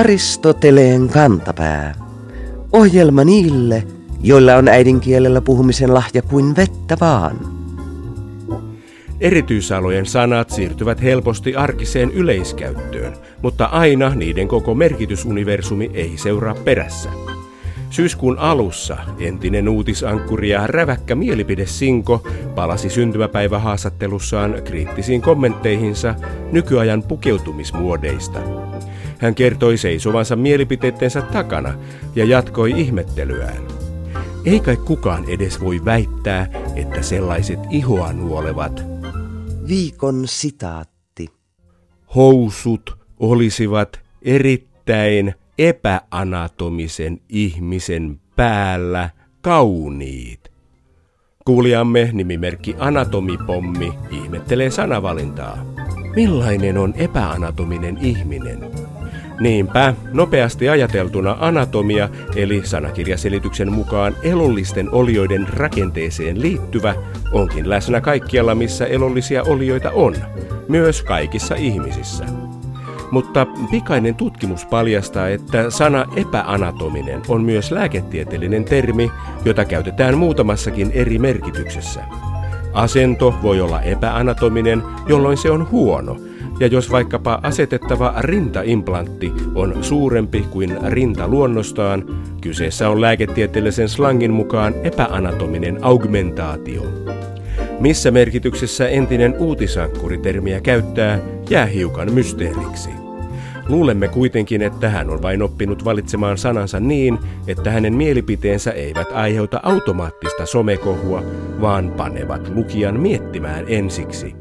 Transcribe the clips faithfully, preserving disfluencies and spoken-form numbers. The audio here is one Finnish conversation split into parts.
Aristoteleen kantapää. Ohjelma niille, joilla on äidinkielellä puhumisen lahja kuin vettä vaan. Erityisalojen sanat siirtyvät helposti arkiseen yleiskäyttöön, mutta aina niiden koko merkitysuniversumi ei seuraa perässä. Syyskuun alussa entinen uutisankkuri ja räväkkä mielipidesinko palasi syntymäpäivähaastattelussaan kriittisiin kommentteihinsa nykyajan pukeutumismuodeista. Hän kertoi seisovansa mielipiteittensä takana ja jatkoi ihmettelyään. Ei kai kukaan edes voi väittää, että sellaiset ihoa nuolevat Viikon sitaatti. housut olisivat erittäin epäanatomisen ihmisen päällä kauniit. Kuulijamme nimimerkki Anatomipommi ihmettelee sanavalintaa. Millainen on epäanatominen ihminen? Niinpä, nopeasti ajateltuna anatomia, eli sanakirjaselityksen mukaan elollisten olioiden rakenteeseen liittyvä, onkin läsnä kaikkialla, missä elollisia olioita on, myös kaikissa ihmisissä. Mutta pikainen tutkimus paljastaa, että sana epäanatominen on myös lääketieteellinen termi, jota käytetään muutamassakin eri merkityksessä. Asento voi olla epäanatominen, jolloin se on huono, ja jos vaikkapa asetettava rintaimplantti on suurempi kuin rinta luonnostaan, kyseessä on lääketieteellisen slangin mukaan epäanatominen augmentaatio. Missä merkityksessä entinen uutisankkuri-termiä käyttää, jää hiukan mysteeriksi. Luulemme kuitenkin, että hän on vain oppinut valitsemaan sanansa niin, että hänen mielipiteensä eivät aiheuta automaattista somekohua, vaan panevat lukijan miettimään ensiksi.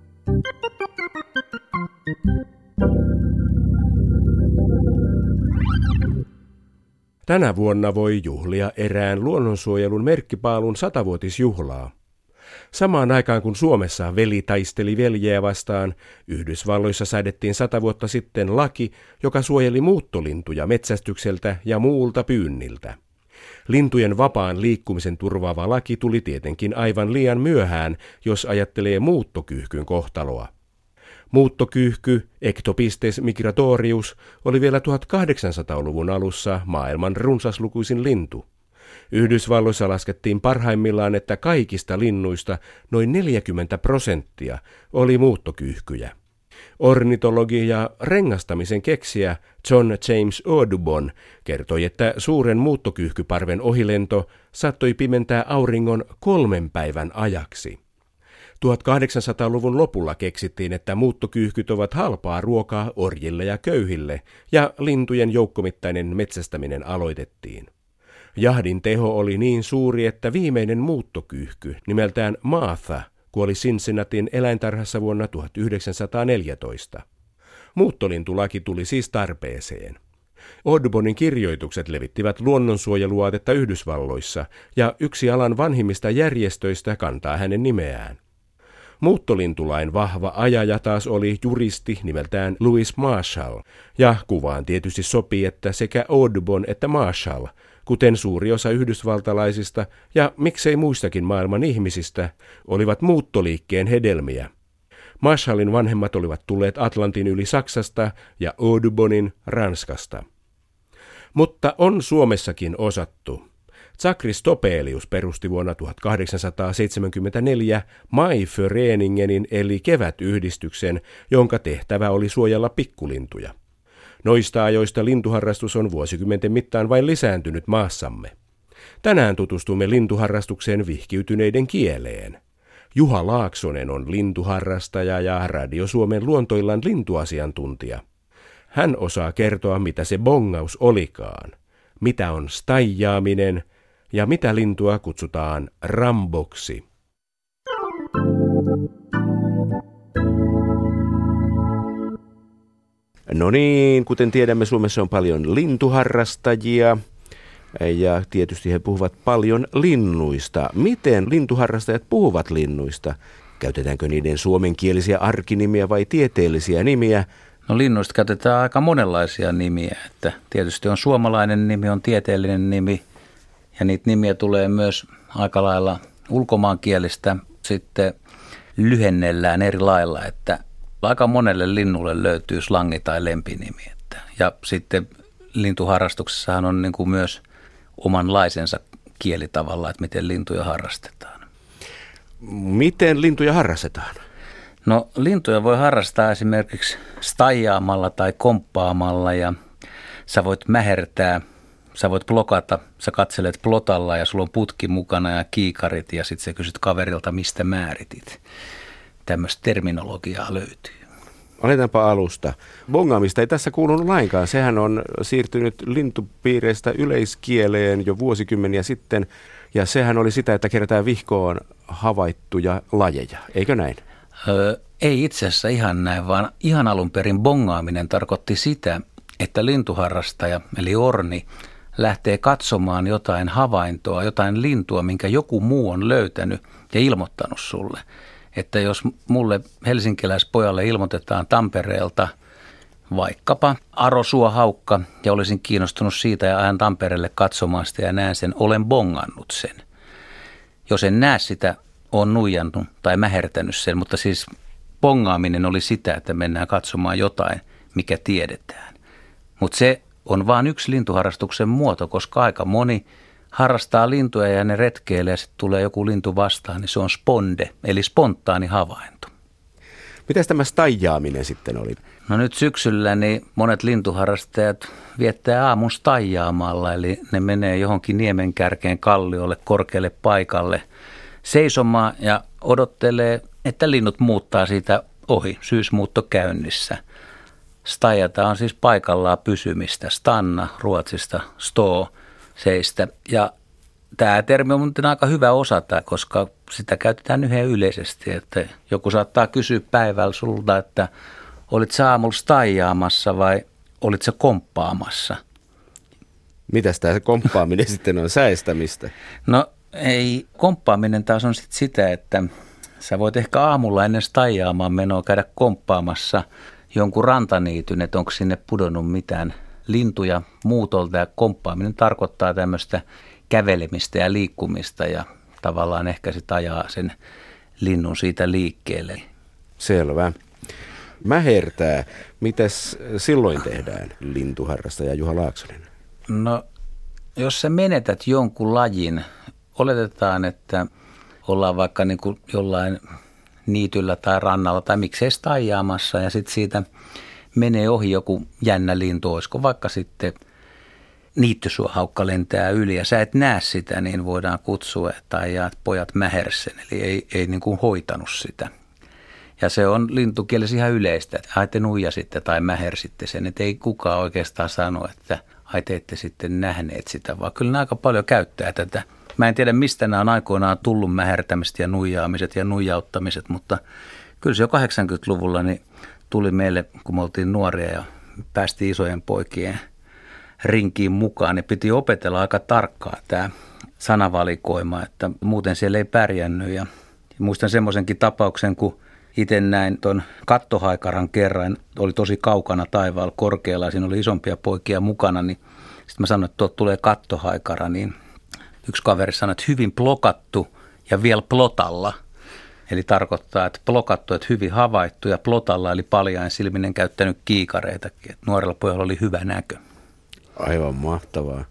Tänä vuonna voi juhlia erään luonnonsuojelun merkkipaalun satavuotisjuhlaa. Samaan aikaan kun Suomessa veli taisteli veljeä vastaan, Yhdysvalloissa säädettiin sata vuotta sitten laki, joka suojeli muuttolintuja metsästykseltä ja muulta pyynniltä. Lintujen vapaan liikkumisen turvaava laki tuli tietenkin aivan liian myöhään, jos ajattelee muuttokyyhkyn kohtaloa. Muuttokyyhky, Ectopistes migratorius, oli vielä tuhatkahdeksansataaluvun alussa maailman runsaslukuisin lintu. Yhdysvalloissa laskettiin parhaimmillaan, että kaikista linnuista noin neljäkymmentä prosenttia oli muuttokyyhkyjä. Ornitologi ja rengastamisen keksijä John James Audubon kertoi, että suuren muuttokyyhkyparven ohilento saattoi pimentää auringon kolmen päivän ajaksi. tuhatkahdeksansataaluvun lopulla keksittiin, että muuttokyyhkyt ovat halpaa ruokaa orjille ja köyhille, ja lintujen joukkomittainen metsästäminen aloitettiin. Jahdin teho oli niin suuri, että viimeinen muuttokyyhky, nimeltään Martha, kuoli Cincinnatin eläintarhassa vuonna tuhatyhdeksänsataaneljätoista. Muuttolintulaki tuli siis tarpeeseen. Audubonin kirjoitukset levittivät luonnonsuojeluaatetta Yhdysvalloissa, ja yksi alan vanhimmista järjestöistä kantaa hänen nimeään. Muuttolintulain vahva ajaja taas oli juristi nimeltään Louis Marshall, ja kuvaan tietysti sopii, että sekä Audubon että Marshall, kuten suuri osa yhdysvaltalaisista ja miksei muistakin maailman ihmisistä, olivat muuttoliikkeen hedelmiä. Marshallin vanhemmat olivat tulleet Atlantin yli Saksasta ja Audubonin Ranskasta. Mutta on Suomessakin osattu. Zachris Topelius perusti vuonna tuhatkahdeksansataaseitsemänkymmentäneljä Maiföreningenin eli kevätyhdistyksen, jonka tehtävä oli suojella pikkulintuja. Noista ajoista lintuharrastus on vuosikymmenten mittaan vain lisääntynyt maassamme. Tänään tutustumme lintuharrastukseen vihkiytyneiden kieleen. Juha Laaksonen on lintuharrastaja ja Radio Suomen Luontoillan lintuasiantuntija. Hän osaa kertoa, mitä se bongaus olikaan, mitä on staijaaminen ja mitä lintua kutsutaan ramboksi. No niin, kuten tiedämme, Suomessa on paljon lintuharrastajia ja tietysti he puhuvat paljon linnuista. Miten lintuharrastajat puhuvat linnuista? Käytetäänkö niiden suomenkielisiä arkinimiä vai tieteellisiä nimiä? No linnuista käytetään aika monenlaisia nimiä, että tietysti on suomalainen nimi, on tieteellinen nimi ja niitä nimiä tulee myös aika lailla ulkomaankielistä, sitten lyhennellään eri lailla, että aika monelle linnulle löytyy slangi tai lempinimi. Että, ja sitten lintuharrastuksessahan on niin kuin myös omanlaisensa kieli tavallaan, että miten lintuja harrastetaan. Miten lintuja harrastetaan? No lintuja voi harrastaa esimerkiksi staijaamalla tai komppaamalla ja sä voit mähertää, sä voit blokata, sä katselet plotalla ja sulla on putki mukana ja kiikarit ja sitten sä kysyt kaverilta, mistä määritit. Tämmöistä terminologiaa löytyy. Aletaanpa alusta. Bongaamista ei tässä kuulunut lainkaan. Sehän on siirtynyt lintupiireistä yleiskieleen jo vuosikymmeniä sitten. Ja sehän oli sitä, että kerätään vihkoon havaittuja lajeja. Eikö näin? Öö, ei itse asiassa ihan näin, vaan ihan alun perin bongaaminen tarkoitti sitä, että lintuharrastaja eli orni lähtee katsomaan jotain havaintoa, jotain lintua, minkä joku muu on löytänyt ja ilmoittanut sulle. Että jos mulle helsinkiläispojalle ilmoitetaan Tampereelta vaikkapa arosuohaukka ja olisin kiinnostunut siitä ja ajan Tampereelle katsomaan sitä ja näen sen, olen bongannut sen. Jos en näe sitä, olen nuijannut tai mähertänyt sen, mutta siis bongaaminen oli sitä, että mennään katsomaan jotain, mikä tiedetään. Mutta se on vain yksi lintuharrastuksen muoto, koska aika moni harrastaa lintuja ja ne retkeilee ja sitten tulee joku lintu vastaan, niin se on sponde, eli spontaani havainto. Mitäs tämä staijaaminen sitten oli? No nyt syksyllä niin monet lintuharrastajat viettää aamun staijaamalla, eli ne menee johonkin niemenkärkeen kalliolle, korkealle paikalle seisomaan ja odottelee, että linnut muuttaa siitä ohi, syysmuutto käynnissä. Staijata on siis paikallaan pysymistä, stanna Ruotsista, stå, seistä. Ja tämä termi on aika hyvä osata, koska sitä käytetään yhden yleisesti, että joku saattaa kysyä päivällä sulta, että olit sä aamulla staijaamassa vai olit sä komppaamassa? Mitäs tämä komppaaminen sitten on, säestämistä? No ei, komppaaminen taas on sit sitä, että sä voit ehkä aamulla ennen staijaamaan menoa käydä komppaamassa jonkun rantaniityn, että onko sinne pudonnut mitään lintuja muutolta, ja komppaaminen tarkoittaa tämmöistä kävelemistä ja liikkumista ja tavallaan ehkä sit ajaa sen linnun siitä liikkeelle. Selvä. Mähertää. Mitäs silloin tehdään, lintuharrastaja Juha Laaksonen? No, jos sä menetät jonkun lajin, oletetaan, että ollaan vaikka niin kuin jollain niityllä tai rannalla tai miksei staijaamassa ja sitten siitä menee ohi joku jännä lintu, olisiko vaikka sitten niittysuohaukka lentää yli ja sä et näe sitä, niin voidaan kutsua, että aijat pojat mähersen, eli ei, ei niin kuin hoitanut sitä. Ja se on lintukielessä ihan yleistä, että ai te nuijasitte tai mähersitte sen, että ei kukaan oikeastaan sano, että ai te ette sitten nähneet sitä, vaan kyllä ne aika paljon käyttää tätä. Mä en tiedä, mistä nämä on aikoinaan tullut mähertämiset ja nuijaamiset ja nuijauttamiset, mutta kyllä se jo kahdeksankymmentäluvulla niin tuli meille, kun me oltiin nuoria ja päästiin isojen poikien rinkiin mukaan, niin piti opetella aika tarkkaan tämä sanavalikoima, että muuten siellä ei pärjännyt. Ja muistan semmoisenkin tapauksen, kun itse näin tuon kattohaikaran kerran, oli tosi kaukana taivaalla korkealla ja siinä oli isompia poikia mukana, niin sitten mä sanoin, että tuolta tulee kattohaikara, niin yksi kaveri sanoi, että hyvin blokattu ja vielä plotalla. Eli tarkoittaa, että blokattu, että hyvin havaittu ja plotalla, eli paljain silminen käyttänyt kiikareitakin. Että nuorella pojalla oli hyvä näkö. Aivan mahtavaa.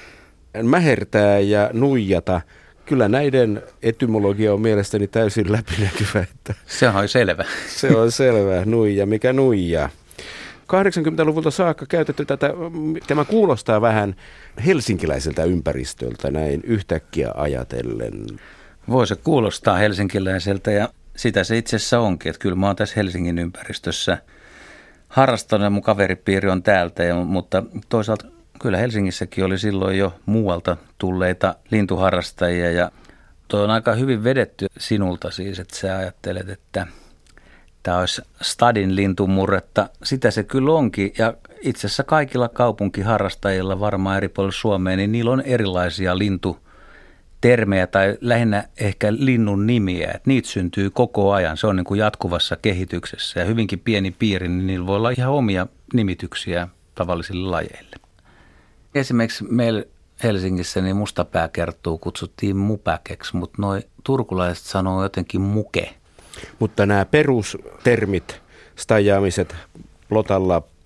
Mähertää ja nuijata. Kyllä näiden etymologia on mielestäni täysin läpinäkyvä. Että se on selvä. Se on selvä. Nuija, mikä nuija. kahdeksankymmentäluvulta saakka käytetty tätä, tämä kuulostaa vähän helsinkiläiseltä ympäristöltä näin yhtäkkiä ajatellen. Voi se kuulostaa helsinkiläiseltä ja sitä se itse asiassa onkin, että kyllä mä oon tässä Helsingin ympäristössä harrastanut ja mun kaveripiiri on täältä, ja, mutta toisaalta kyllä Helsingissäkin oli silloin jo muualta tulleita lintuharrastajia ja toi on aika hyvin vedetty sinulta siis, että sä ajattelet, että tämä olisi stadin lintumurretta. Sitä se kyllä onkin ja itse asiassa kaikilla kaupunkiharrastajilla varmaan eri puolilla Suomea, niin niillä on erilaisia lintutermejä tai lähinnä ehkä linnun nimiä. Että niitä syntyy koko ajan. Se on niin kuin jatkuvassa kehityksessä ja hyvinkin pieni piiri, niin niillä voi olla ihan omia nimityksiä tavallisille lajeille. Esimerkiksi meillä Helsingissä niin mustapääkerttua kutsuttiin mupäkeksi, mutta noi turkulaiset sanoo jotenkin muke. Mutta nämä perustermit, staijaamiset, plotalla,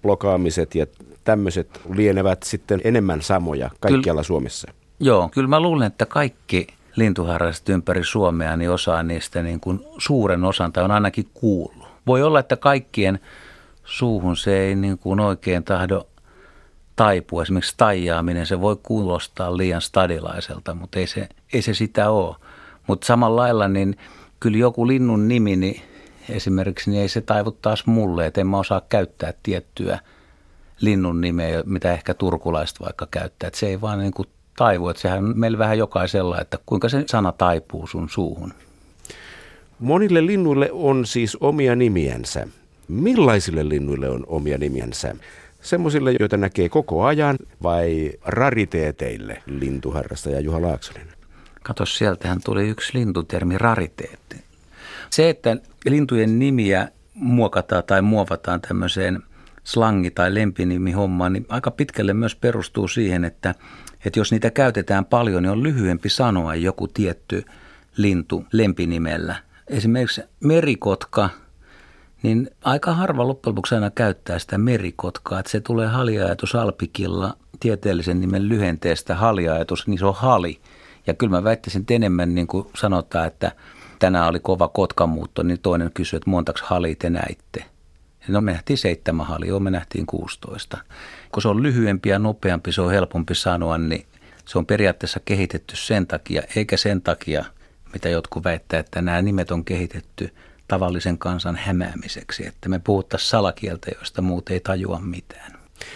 blokaamiset ja tämmöiset lienevät sitten enemmän samoja kaikkialla Kyll, Suomessa. Joo, kyllä mä luulen, että kaikki lintuharrastajat ympäri Suomea niin osaa niistä niin kuin suuren osan tai on ainakin kuullut. Voi olla, että kaikkien suuhun se ei niin kuin oikein tahdo taipua. Esimerkiksi taijaaminen, se voi kuulostaa liian stadilaiselta, mutta ei se, ei se sitä ole. Mutta samalla lailla niin kyllä joku linnun nimi, niin esimerkiksi niin ei se taivu taas mulle, että en mä osaa käyttää tiettyä linnun nimeä, mitä ehkä turkulaiset vaikka käyttää. Että se ei vaan niin kuin taivu, että sehän on meillä vähän jokaisella, että kuinka se sana taipuu sun suuhun. Monille linnuille on siis omia nimiänsä. Millaisille linnuille on omia nimiänsä? Semmoisille, joita näkee koko ajan vai rariteeteille, lintuharrastaja Juha Laaksonen? Kato, sieltähän tuli yksi lintutermi, rariteetti. Se, että lintujen nimiä muokataan tai muovataan tämmöiseen slangi- tai lempinimihommaan, niin aika pitkälle myös perustuu siihen, että, että jos niitä käytetään paljon, niin on lyhyempi sanoa joku tietty lintu lempinimellä. Esimerkiksi merikotka, niin aika harva loppujen lopuksi aina käyttää sitä merikotkaa, että se tulee haliajatus alpikilla tieteellisen nimen lyhenteestä haliajatus, niin se on hali. Ja kyllä mä väittäisin, että enemmän niin kuin sanotaan, että tänään oli kova kotkamuutto, niin toinen kysyi, että montaks halia te näitte. No me nähtiin seitsemän halia, me nähtiin kuusitoista. Kun se on lyhyempi ja nopeampi, se on helpompi sanoa, niin se on periaatteessa kehitetty sen takia, eikä sen takia, mitä jotkut väittää, että nämä nimet on kehitetty tavallisen kansan hämäämiseksi, että me puhuttaisiin salakieltä, joista muut ei tajua mitään.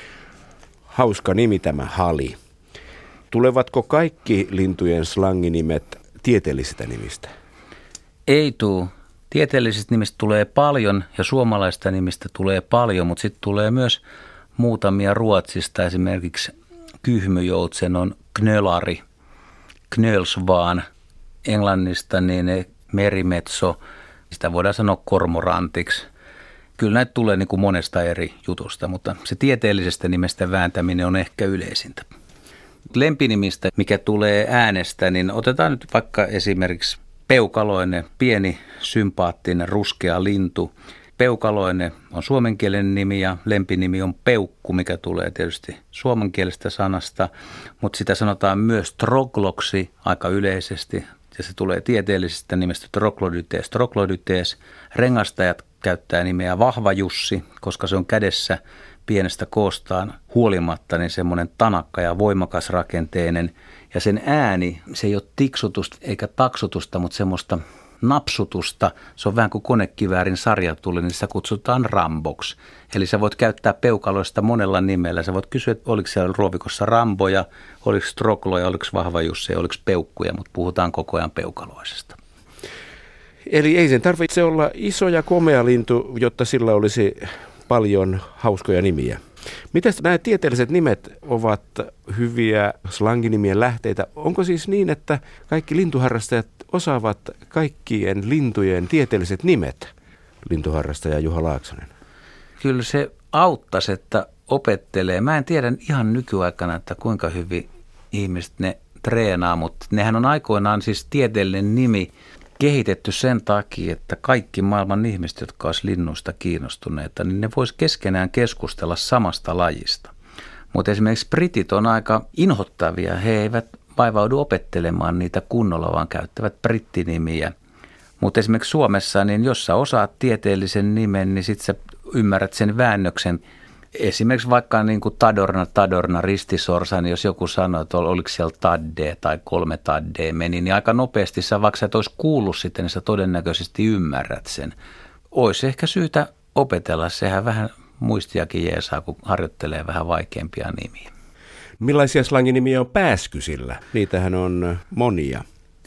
Hauska nimi tämä hali. Tulevatko kaikki lintujen slanginimet tieteellisistä nimistä? Ei tule. Tieteellisistä nimistä tulee paljon ja suomalaista nimistä tulee paljon, mutta sitten tulee myös muutamia Ruotsista. Esimerkiksi kyhmyjoutsen on knölari, knölsvaan. Englannista niin merimetso, sitä voidaan sanoa kormorantiksi. Kyllä näitä tulee niin kuin monesta eri jutusta, mutta se tieteellisestä nimestä vääntäminen on ehkä yleisintä. Lempinimistä, mikä tulee äänestä, niin otetaan nyt vaikka esimerkiksi peukaloinen, pieni, sympaattinen, ruskea lintu. Peukaloinen on suomenkielinen nimi ja lempinimi on peukku, mikä tulee tietysti suomenkielisestä sanasta, mutta sitä sanotaan myös trogloksi aika yleisesti. Ja se tulee tieteellisestä nimestä troglodytes. Troglodytes. Rengastajat käyttää nimeä Vahva Jussi, koska se on kädessä pienestä koostaan huolimatta niin semmoinen tanakka ja voimakas rakenteinen. Ja sen ääni, se ei ole tiksutusta eikä taksutusta, mutta semmoista napsutusta. Se on vähän kuin konekiväärin sarjatuli, niin sitä kutsutaan ramboksi. Eli sä voit käyttää peukaloista monella nimellä. Sä voit kysyä, että oliko siellä ruovikossa ramboja, oliko trogloja, oliko Vahva Jussi, oliko peukkuja, mutta puhutaan koko ajan peukaloisesta. Eli ei sen tarvitse olla iso ja komea lintu, jotta sillä olisi paljon hauskoja nimiä. Miten nämä tieteelliset nimet ovat hyviä slanginimien lähteitä? Onko siis niin, että kaikki lintuharrastajat osaavat kaikkien lintujen tieteelliset nimet? Lintuharrastaja Juha Laaksonen. Kyllä se auttaisi, että opettelee. Mä en tiedä ihan nykyaikana, että kuinka hyvin ihmiset ne treenaa, mutta nehän on aikoinaan siis tieteellinen nimi kehitetty sen takia, että kaikki maailman ihmiset, jotka olisi linnuista kiinnostuneita, niin ne vois keskenään keskustella samasta lajista. Mutta esimerkiksi britit on aika inhottavia. He eivät vaivaudu opettelemaan niitä kunnolla, vaan käyttävät brittinimiä. Mutta esimerkiksi Suomessa, niin jos sä osaat tieteellisen nimen, niin sit sä ymmärrät sen väännöksen. Esimerkiksi vaikka niin kuin tadorna, tadorna, ristisorsa, niin jos joku sanoo, että oliko siellä taddee tai kolme taddee meni, niin aika nopeasti sä, vaikka sä et olisi kuullut sitten, niin sä todennäköisesti ymmärrät sen. Olisi ehkä syytä opetella, sehän vähän muistiakin jeesaa, kun harjoittelee vähän vaikeampia nimiä. Millaisia slanginimiä on pääskysillä? Niitähän on monia.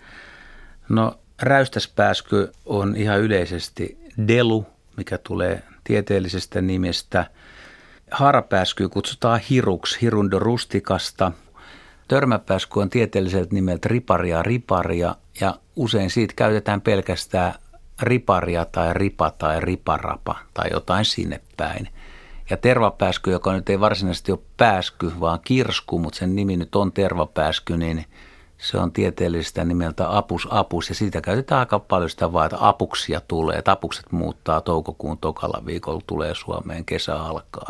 No räystäspääsky on ihan yleisesti delu, mikä tulee tieteellisestä nimestä. Haarapääskyä kutsutaan hiruksi, hirundo rustikasta. Törmäpääsky on tieteelliseltä nimeltä riparia, riparia ja usein siitä käytetään pelkästään riparia tai ripa tai riparapa tai jotain sinne päin. Ja tervapääsky, joka nyt ei varsinaisesti ole pääsky, vaan kirsku, mutta sen nimi nyt on tervapääsky, niin se on tieteellisestä nimeltä apus apus ja siitä käytetään aika paljon sitä vaan, että apuksia tulee. Että apukset muuttaa toukokuun tokalla viikolla, tulee Suomeen, kesä alkaa.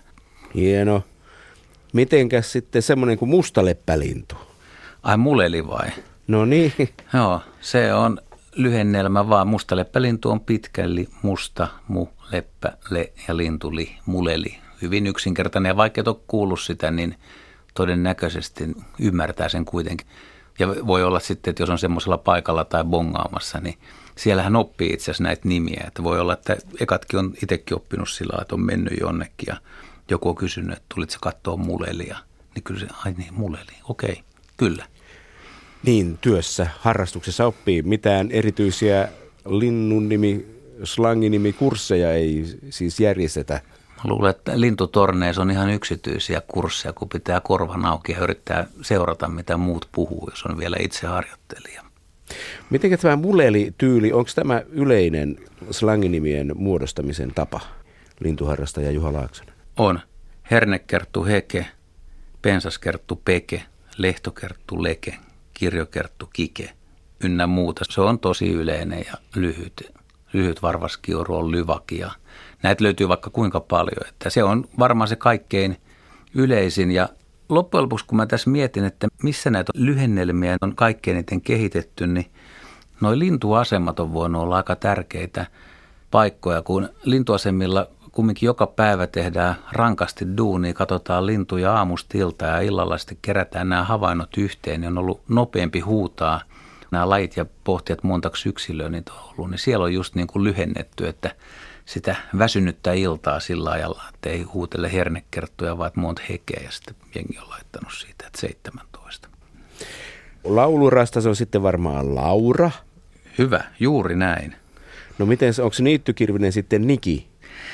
Hieno. Mitenkäs sitten semmoinen kuin mustaleppälintu? Ai muleli vai? No niin. Joo, se on lyhennelmä vaan. Mustaleppälintu on pitkä, eli musta, mu, leppä, le ja lintu, li, muleli. Hyvin yksinkertainen ja vaikka et ole kuullut sitä, niin todennäköisesti ymmärtää sen kuitenkin. Ja voi olla sitten, että jos on semmoisella paikalla tai bongaamassa, niin siellähän oppii itse asiassa näitä nimiä. Että voi olla, että ekatkin on itsekin oppinut sillä, että on mennyt jonnekin ja joku on kysynyt, että tulitko katsoa mulelia. Niin kyllä se, ai niin, muleli, okei, kyllä. Niin, työssä, harrastuksessa oppii. Mitään erityisiä linnun-nimi, slanginimikursseja ei siis järjestetä. Mä luulen, että lintutorneissa on ihan yksityisiä kursseja, kun pitää korvan auki ja yrittää seurata, mitä muut puhuu, jos on vielä itse harjoittelija. Miten tämä muleli-tyyli, onko tämä yleinen slanginimien muodostamisen tapa, lintuharrastaja Juha Laaksonen? On. Hernekerttu heke, pensaskerttu peke, lehtokerttu leke, kirjokerttu kike ynnä muuta. Se on tosi yleinen ja lyhyt. Lyhyt varvaskiuru on lyvaki ja näitä löytyy vaikka kuinka paljon. Että se on varmaan se kaikkein yleisin ja loppujen lopuksi kun mä tässä mietin, että missä näitä lyhennelmiä on kaikkein eniten kehitetty, niin noi lintuasemat on voinut olla aika tärkeitä paikkoja, kun lintuasemilla kumminkin joka päivä tehdään rankasti duunia, katsotaan lintuja aamusta iltaan ja illalla sitten kerätään nämä havainnot yhteen, niin on ollut nopeampi huutaa nämä lajit ja pohtia, että montako yksilöä niitä on ollut, niin siellä on just niin kuin lyhennetty, että sitä väsynyttä iltaa sillä ajalla, että ei huutele hernekerttuja, vaan että monta hekeä ja sitten jengi on laittanut siitä, että seitsemäntoista. Laulurasta se on sitten varmaan Laura. Hyvä, juuri näin. No miten, onko se niittykirvinen sitten Niki?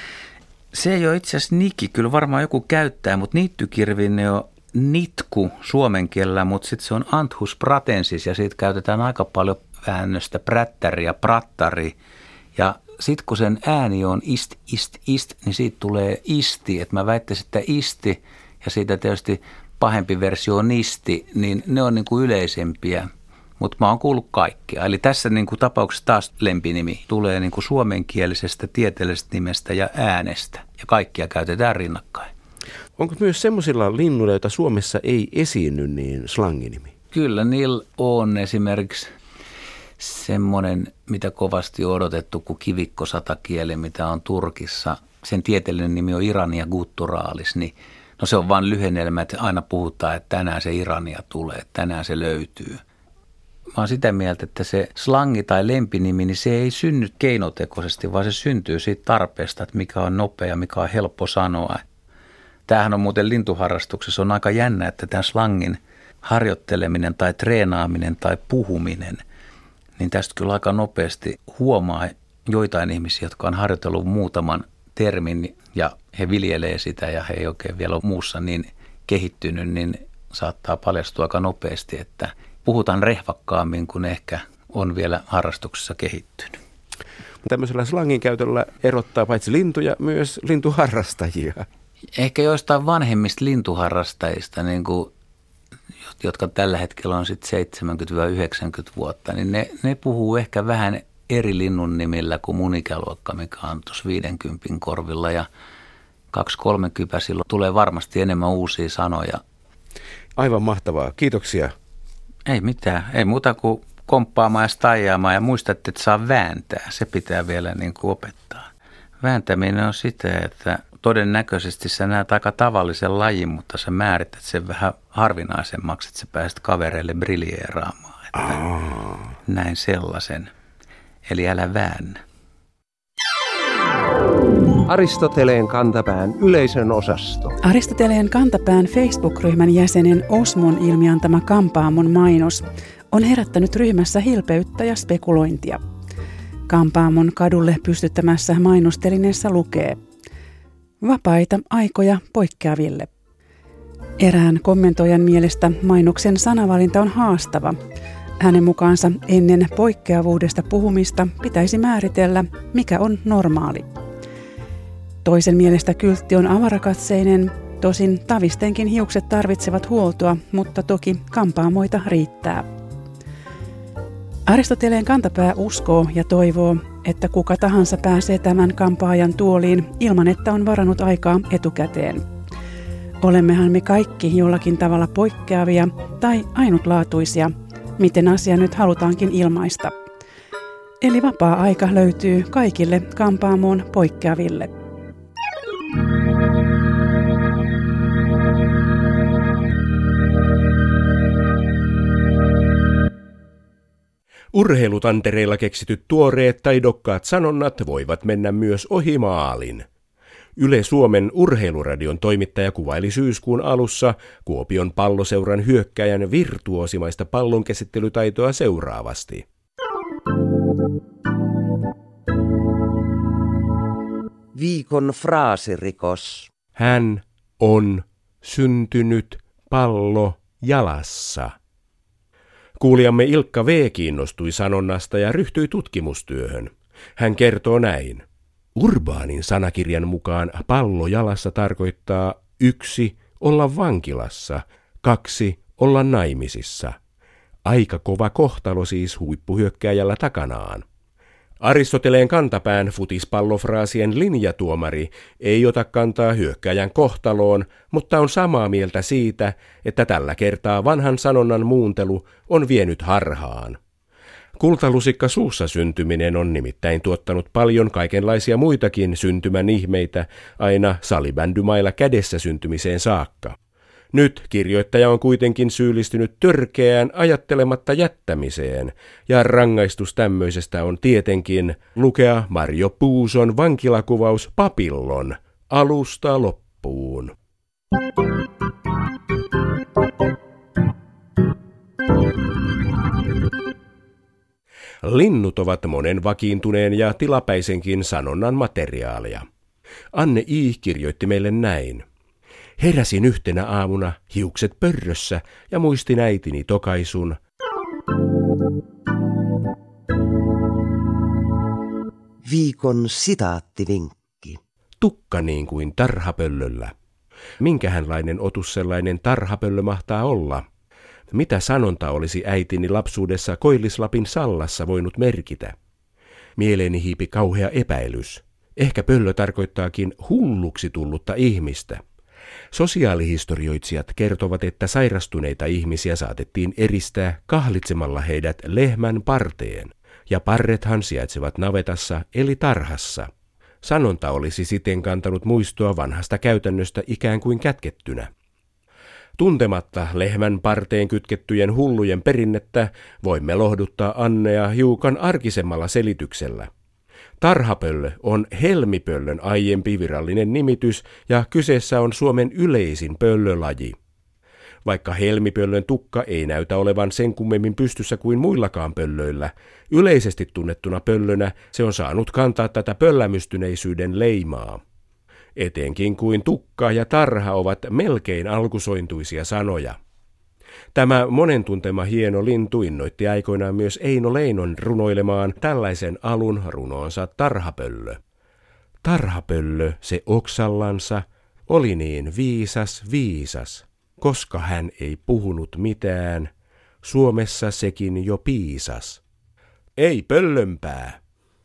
Se ei ole itse asiassa Niki, kyllä varmaan joku käyttää, mutta niittykirvinen on nitku suomen kielellä, mutta sitten se on Anthus pratensis ja siitä käytetään aika paljon väännöstä prättäri ja prattari. Ja sitten kun sen ääni on ist, ist, ist, niin siitä tulee isti, että mä väittäisin, että isti ja siitä tietysti pahempi versio on nisti, niin ne on niin kuin yleisempiä. Mutta mä oon kuullut kaikkea. Eli tässä niin kuin tapauksessa taas lempinimi tulee niin kuin suomenkielisestä tieteellisestä nimestä ja äänestä. Ja kaikkia käytetään rinnakkain. Onko myös semmoisilla linnuilla, joita Suomessa ei esiinny, niin slanginimi? Kyllä, niillä on esimerkiksi semmoinen, mitä kovasti on odotettu kuin kivikkosatakieli, mitä on Turkissa. Sen tieteellinen nimi on Irania gutturalis, niin no se on vain lyhennelmä, että aina puhutaan, että tänään se Irania tulee, että tänään se löytyy. Mä oon sitä mieltä, että se slangi tai lempinimi, niin se ei synny keinotekoisesti, vaan se syntyy siitä tarpeesta, että mikä on nopea, mikä on helppo sanoa. Tämähän on muuten lintuharrastuksessa on aika jännä, että tämän slangin harjoitteleminen tai treenaaminen tai puhuminen, niin tästä kyllä aika nopeasti huomaa joitain ihmisiä, jotka on harjoitellut muutaman termin ja he viljelee sitä ja he ei oikein vielä ole muussa niin kehittynyt, niin saattaa paljastua aika nopeasti, että puhutaan rehvakkaammin kuin ehkä on vielä harrastuksessa kehittynyt. Tämmöisellä slangin käytöllä erottaa paitsi lintuja myös lintuharrastajia. Ehkä joistain vanhemmista lintuharrastajista, niin kuin, jotka tällä hetkellä on sitten seitsemänkymmentä yhdeksänkymmentä vuotta, niin ne, ne puhuu ehkä vähän eri linnun nimillä kuin mun ikäluokka, mikä on tuossa viidenkympin korvilla ja kaksi kolmekypäisillä tulee varmasti enemmän uusia sanoja. Aivan mahtavaa. Kiitoksia. Ei mitään. Ei muuta kuin komppaamaan ja staijaamaan ja muistatte, että saa vääntää. Se pitää vielä niin kuin opettaa. Vääntäminen on sitä, että todennäköisesti sä näet aika tavallisen lajin, mutta sä määrität sen vähän harvinaisemmaksi, että sä pääset kavereille briljeeraamaan. Että näin sellaisen. Eli älä väännä. Aristoteleen kantapään yleisön osasto. Aristoteleen kantapään Facebook-ryhmän jäsenen Osmon ilmiantama Kampaamon mainos on herättänyt ryhmässä hilpeyttä ja spekulointia. Kampaamon kadulle pystyttämässä mainostelineessä lukee: vapaita aikoja poikkeaville. Erään kommentoijan mielestä mainoksen sanavalinta on haastava. Hänen mukaansa ennen poikkeavuudesta puhumista pitäisi määritellä, mikä on normaali. Toisen mielestä kyltti on avarakatseinen, tosin tavistenkin hiukset tarvitsevat huoltoa, mutta toki kampaamoita riittää. Aristoteleen kantapää uskoo ja toivoo, että kuka tahansa pääsee tämän kampaajan tuoliin ilman, että on varannut aikaa etukäteen. Olemmehan me kaikki jollakin tavalla poikkeavia tai ainutlaatuisia, miten asia nyt halutaankin ilmaista. Eli vapaa-aika löytyy kaikille Kampaamoon poikkeaville. Urheilutantereilla keksityt tuoreet tai dokkaat sanonnat voivat mennä myös ohi maalin. Yle Suomen urheiluradion toimittaja kuvaili syyskuun alussa Kuopion Palloseuran hyökkäjän virtuosimaista pallonkäsittelytaitoa seuraavasti. Viikon fraasirikos. Hän on syntynyt pallo jalassa. Kuulijamme Ilkka V. kiinnostui sanonnasta ja ryhtyi tutkimustyöhön. Hän kertoo näin. Urbaanin sanakirjan mukaan pallo jalassa tarkoittaa yksi olla vankilassa, kaksi olla naimisissa. Aika kova kohtalo siis huippuhyökkääjällä takanaan. Aristoteleen kantapään futispallofraasien linjatuomari ei ota kantaa hyökkääjän kohtaloon, mutta on samaa mieltä siitä, että tällä kertaa vanhan sanonnan muuntelu on vienyt harhaan. Kultalusikka suussa syntyminen on nimittäin tuottanut paljon kaikenlaisia muitakin syntymän ihmeitä aina salibändymailla kädessä syntymiseen saakka. Nyt kirjoittaja on kuitenkin syyllistynyt törkeään ajattelematta jättämiseen, ja rangaistus tämmöisestä on tietenkin lukea Marjo Puuson vankilakuvaus Papillon alusta loppuun. Linnut ovat monen vakiintuneen ja tilapäisenkin sanonnan materiaalia. Anne I. kirjoitti meille näin. Heräsin yhtenä aamuna, hiukset pörrössä, ja muistin äitini tokaisun. Viikon sitaattivinkki. Tukka niin kuin tarhapöllöllä. Minkähänlainen otus sellainen tarhapöllö mahtaa olla? Mitä sanonta olisi äitini lapsuudessa Koillislapin Sallassa voinut merkitä? Mieleeni hiipi kauhea epäilys. Ehkä pöllö tarkoittaakin hulluksi tullutta ihmistä. Sosiaalihistorioitsijat kertovat, että sairastuneita ihmisiä saatettiin eristää kahlitsemalla heidät lehmän parteen, ja parrethan sijaitsevat navetassa eli tarhassa. Sanonta olisi siten kantanut muistoa vanhasta käytännöstä ikään kuin kätkettynä. Tuntematta lehmän parteen kytkettyjen hullujen perinnettä voimme lohduttaa Annea hiukan arkisemmalla selityksellä. Tarhapöllö on helmipöllön aiempi virallinen nimitys ja kyseessä on Suomen yleisin pöllölaji. Vaikka helmipöllön tukka ei näytä olevan sen kummemmin pystyssä kuin muillakaan pöllöillä, yleisesti tunnettuna pöllönä se on saanut kantaa tätä pöllämystyneisyyden leimaa. Etenkin kuin tukka ja tarha ovat melkein alkusointuisia sanoja. Tämä monen tuntema hieno lintu innoitti aikoinaan myös Eino Leinon runoilemaan tällaisen alun runoonsa Tarhapöllö. Tarhapöllö se oksallansa oli niin viisas viisas, koska hän ei puhunut mitään, Suomessa sekin jo piisas. Ei pöllönpää.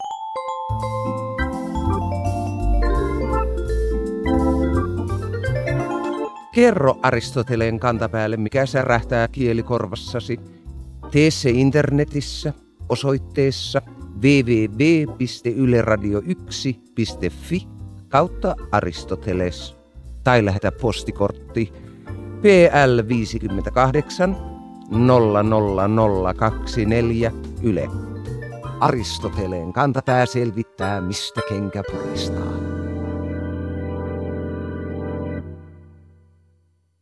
Kerro Aristoteleen kantapäälle, mikä särähtää kielikorvassasi. Tee se internetissä osoitteessa double-u double-u double-u piste yle radio yksi piste fi kautta Aristoteles tai lähetä postikortti P L viisikymmentäkahdeksan nolla nolla nolla kaksikymmentäneljä Yle. Aristoteleen kantapää selvittää, mistä kenkä puristaa.